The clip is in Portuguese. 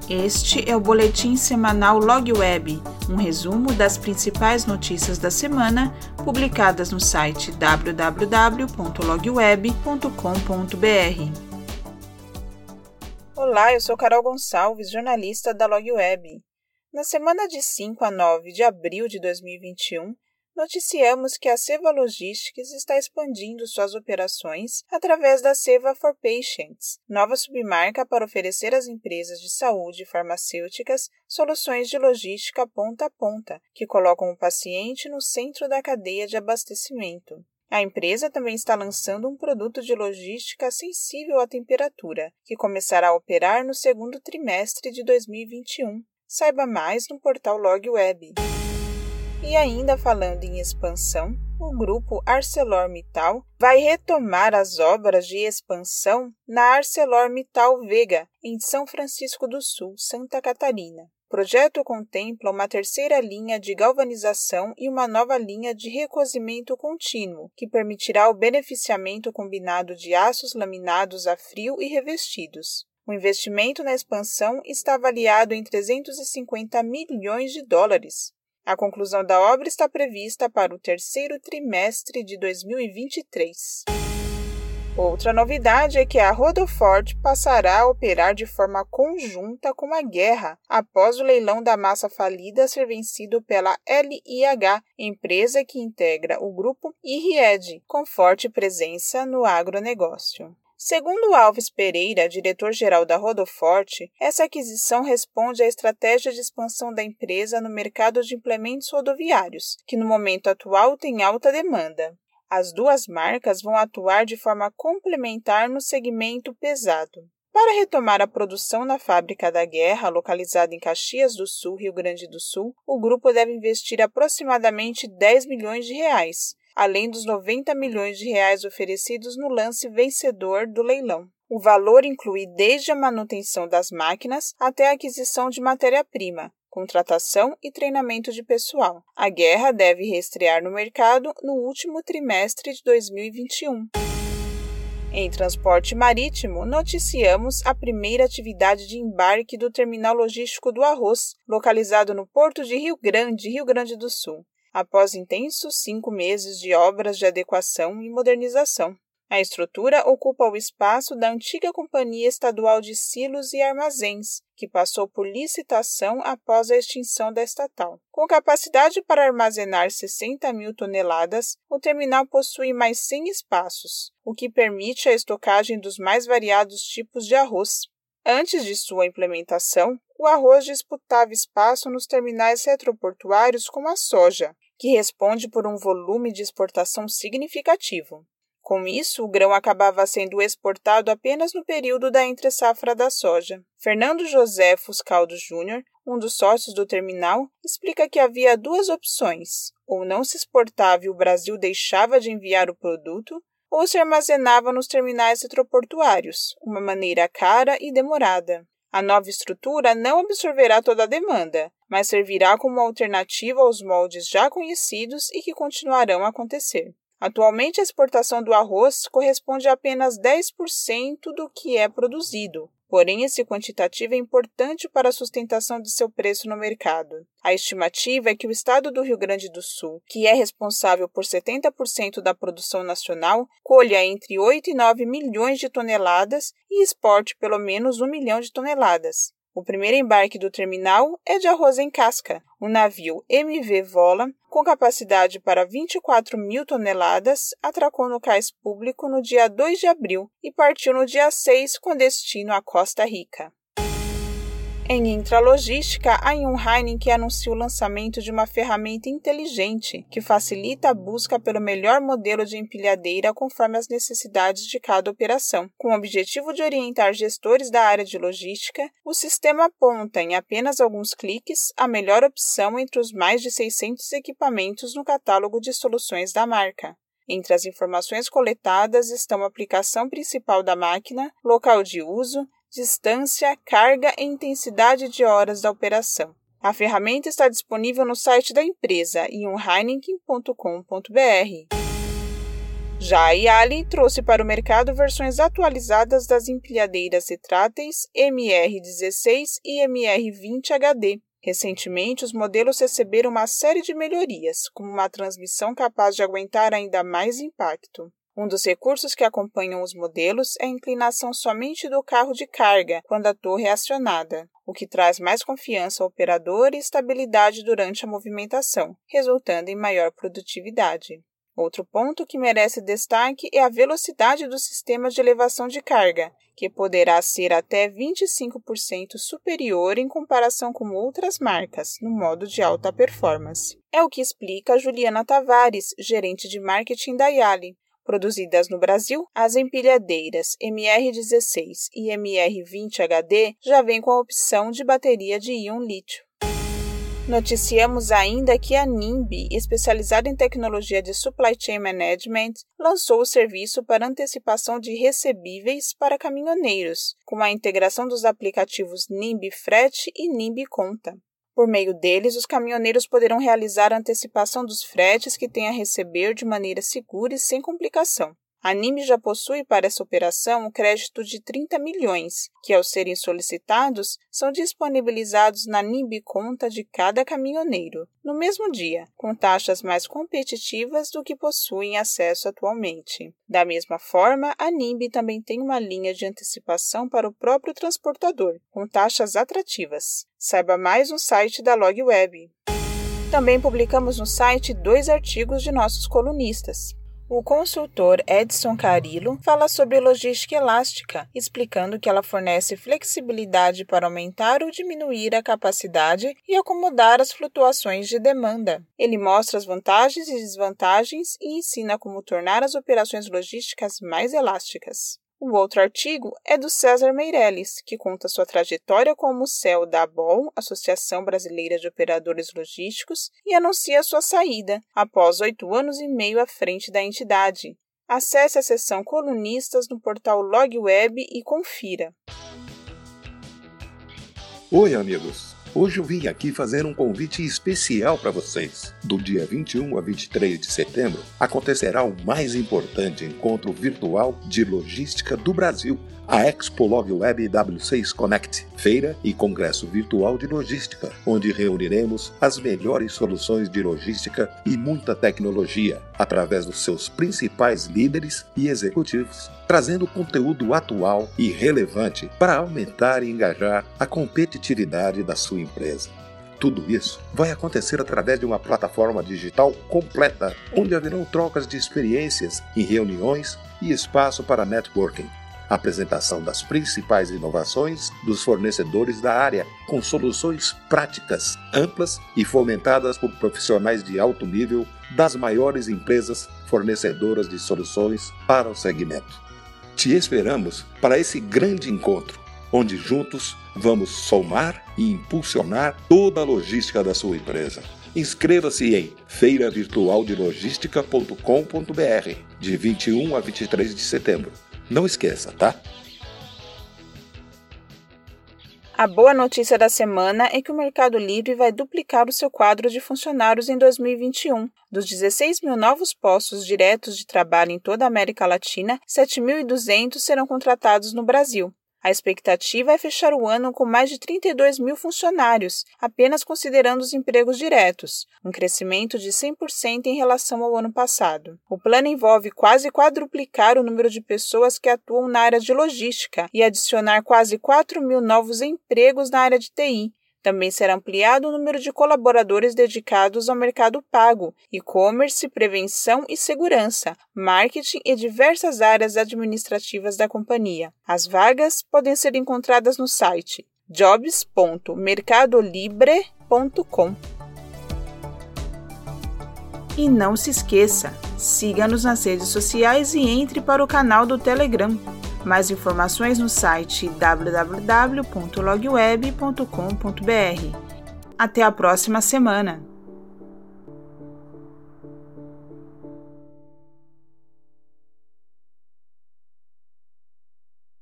Este é o boletim semanal LogWeb, um resumo das principais notícias da semana publicadas no site www.logweb.com.br. Olá, eu sou Carol Gonçalves, jornalista da LogWeb. Na semana de 5 a 9 de abril de 2021, noticiamos que a Seva Logistics está expandindo suas operações através da Seva for Patients, nova submarca para oferecer às empresas de saúde e farmacêuticas soluções de logística ponta a ponta, que colocam o paciente no centro da cadeia de abastecimento. A empresa também está lançando um produto de logística sensível à temperatura, que começará a operar no segundo trimestre de 2021. Saiba mais no portal LogWeb. E ainda falando em expansão, o grupo ArcelorMittal vai retomar as obras de expansão na ArcelorMittal Vega, em São Francisco do Sul, Santa Catarina. O projeto contempla uma terceira linha de galvanização e uma nova linha de recozimento contínuo, que permitirá o beneficiamento combinado de aços laminados a frio e revestidos. O investimento na expansão está avaliado em 350 milhões de dólares. A conclusão da obra está prevista para o terceiro trimestre de 2023. Outra novidade é que a Rotherford passará a operar de forma conjunta com a Guerra, após o leilão da massa falida ser vencido pela LIH, empresa que integra o grupo IRIED, com forte presença no agronegócio. Segundo Alves Pereira, diretor-geral da Rotherford, essa aquisição responde à estratégia de expansão da empresa no mercado de implementos rodoviários, que no momento atual tem alta demanda. As duas marcas vão atuar de forma complementar no segmento pesado. Para retomar a produção na fábrica da Guerra, localizada em Caxias do Sul, Rio Grande do Sul, o grupo deve investir aproximadamente 10 milhões de reais, além dos 90 milhões de reais oferecidos no lance vencedor do leilão. O valor inclui desde a manutenção das máquinas até a aquisição de matéria-prima, contratação e treinamento de pessoal. A Guerra deve reestrear no mercado no último trimestre de 2021. Em transporte marítimo, noticiamos a primeira atividade de embarque do terminal logístico do Arroz, localizado no Porto de Rio Grande do Sul, após intensos 5 meses de obras de adequação e modernização. A estrutura ocupa o espaço da antiga Companhia Estadual de Silos e Armazéns, que passou por licitação após a extinção da estatal. Com capacidade para armazenar 60 mil toneladas, o terminal possui mais 100 espaços, o que permite a estocagem dos mais variados tipos de arroz. Antes de sua implementação, o arroz disputava espaço nos terminais retroportuários como a soja, que responde por um volume de exportação significativo. Com isso, o grão acabava sendo exportado apenas no período da entre-safra da soja. Fernando José Fuscaldo Júnior, um dos sócios do terminal, explica que havia duas opções: ou não se exportava e o Brasil deixava de enviar o produto, ou se armazenava nos terminais retroportuários, uma maneira cara e demorada. A nova estrutura não absorverá toda a demanda, mas servirá como alternativa aos moldes já conhecidos e que continuarão a acontecer. Atualmente, a exportação do arroz corresponde a apenas 10% do que é produzido. Porém, esse quantitativo é importante para a sustentação de seu preço no mercado. A estimativa é que o estado do Rio Grande do Sul, que é responsável por 70% da produção nacional, colha entre 8 e 9 milhões de toneladas e exporte pelo menos 1 milhão de toneladas. O primeiro embarque do terminal é de arroz em casca. O navio MV Vola, com capacidade para 24 mil toneladas, atracou no cais público no dia 2 de abril e partiu no dia 6 com destino à Costa Rica. Em intralogística, a Jungheineken anunciou o lançamento de uma ferramenta inteligente que facilita a busca pelo melhor modelo de empilhadeira conforme as necessidades de cada operação. Com o objetivo de orientar gestores da área de logística, o sistema aponta em apenas alguns cliques a melhor opção entre os mais de 600 equipamentos no catálogo de soluções da marca. Entre as informações coletadas estão a aplicação principal da máquina, local de uso, distância, carga e intensidade de horas da operação. A ferramenta está disponível no site da empresa, jungheineken.com.br. Já a Yali trouxe para o mercado versões atualizadas das empilhadeiras retráteis MR16 e MR20 HD. Recentemente, os modelos receberam uma série de melhorias, como uma transmissão capaz de aguentar ainda mais impacto. Um dos recursos que acompanham os modelos é a inclinação somente do carro de carga quando a torre é acionada, o que traz mais confiança ao operador e estabilidade durante a movimentação, resultando em maior produtividade. Outro ponto que merece destaque é a velocidade do sistema de elevação de carga, que poderá ser até 25% superior em comparação com outras marcas, no modo de alta performance. É o que explica Juliana Tavares, gerente de marketing da Yali. Produzidas no Brasil, as empilhadeiras MR16 e MR20 HD já vêm com a opção de bateria de íon lítio. Noticiamos ainda que a NIMBY, especializada em tecnologia de Supply Chain Management, lançou o serviço para antecipação de recebíveis para caminhoneiros, com a integração dos aplicativos NIMBY Frete e NIMBY Conta. Por meio deles, os caminhoneiros poderão realizar a antecipação dos fretes que têm a receber de maneira segura e sem complicação. A NIMBY já possui para essa operação um crédito de 30 milhões, que, ao serem solicitados, são disponibilizados na NIMBY Conta de cada caminhoneiro, no mesmo dia, com taxas mais competitivas do que possuem acesso atualmente. Da mesma forma, a NIMBY também tem uma linha de antecipação para o próprio transportador, com taxas atrativas. Saiba mais no site da LogWeb. Também publicamos no site 2 artigos de nossos colunistas. O consultor Edson Carillo fala sobre logística elástica, explicando que ela fornece flexibilidade para aumentar ou diminuir a capacidade e acomodar as flutuações de demanda. Ele mostra as vantagens e desvantagens e ensina como tornar as operações logísticas mais elásticas. O outro artigo é do César Meirelles, que conta sua trajetória como CEO da ABOL, Associação Brasileira de Operadores Logísticos, e anuncia sua saída, após 8 anos e meio à frente da entidade. Acesse a seção Colunistas no portal LogWeb e confira. Oi, amigos! Hoje eu vim aqui fazer um convite especial para vocês. Do dia 21 a 23 de setembro, acontecerá o mais importante encontro virtual de logística do Brasil, a Expo LogWeb W6 Connect, feira e congresso virtual de logística, onde reuniremos as melhores soluções de logística e muita tecnologia, através dos seus principais líderes e executivos, trazendo conteúdo atual e relevante para aumentar e engajar a competitividade da sua empresa. Tudo isso vai acontecer através de uma plataforma digital completa, onde haverão trocas de experiências em reuniões e espaço para networking. Apresentação das principais inovações dos fornecedores da área, com soluções práticas, amplas e fomentadas por profissionais de alto nível das maiores empresas fornecedoras de soluções para o segmento. Te esperamos para esse grande encontro, onde juntos vamos somar e impulsionar toda a logística da sua empresa. Inscreva-se em feiravirtualdelogística.com.br de 21 a 23 de setembro. Não esqueça, tá? A boa notícia da semana é que o Mercado Livre vai duplicar o seu quadro de funcionários em 2021. Dos 16 mil novos postos diretos de trabalho em toda a América Latina, 7.200 serão contratados no Brasil. A expectativa é fechar o ano com mais de 32 mil funcionários, apenas considerando os empregos diretos, um crescimento de 100% em relação ao ano passado. O plano envolve quase quadruplicar o número de pessoas que atuam na área de logística e adicionar quase 4 mil novos empregos na área de TI. Também será ampliado o número de colaboradores dedicados ao mercado pago, e-commerce, prevenção e segurança, marketing e diversas áreas administrativas da companhia. As vagas podem ser encontradas no site jobs.mercadolibre.com. E não se esqueça, siga-nos nas redes sociais e entre para o canal do Telegram. Mais informações no site www.logweb.com.br. Até a próxima semana!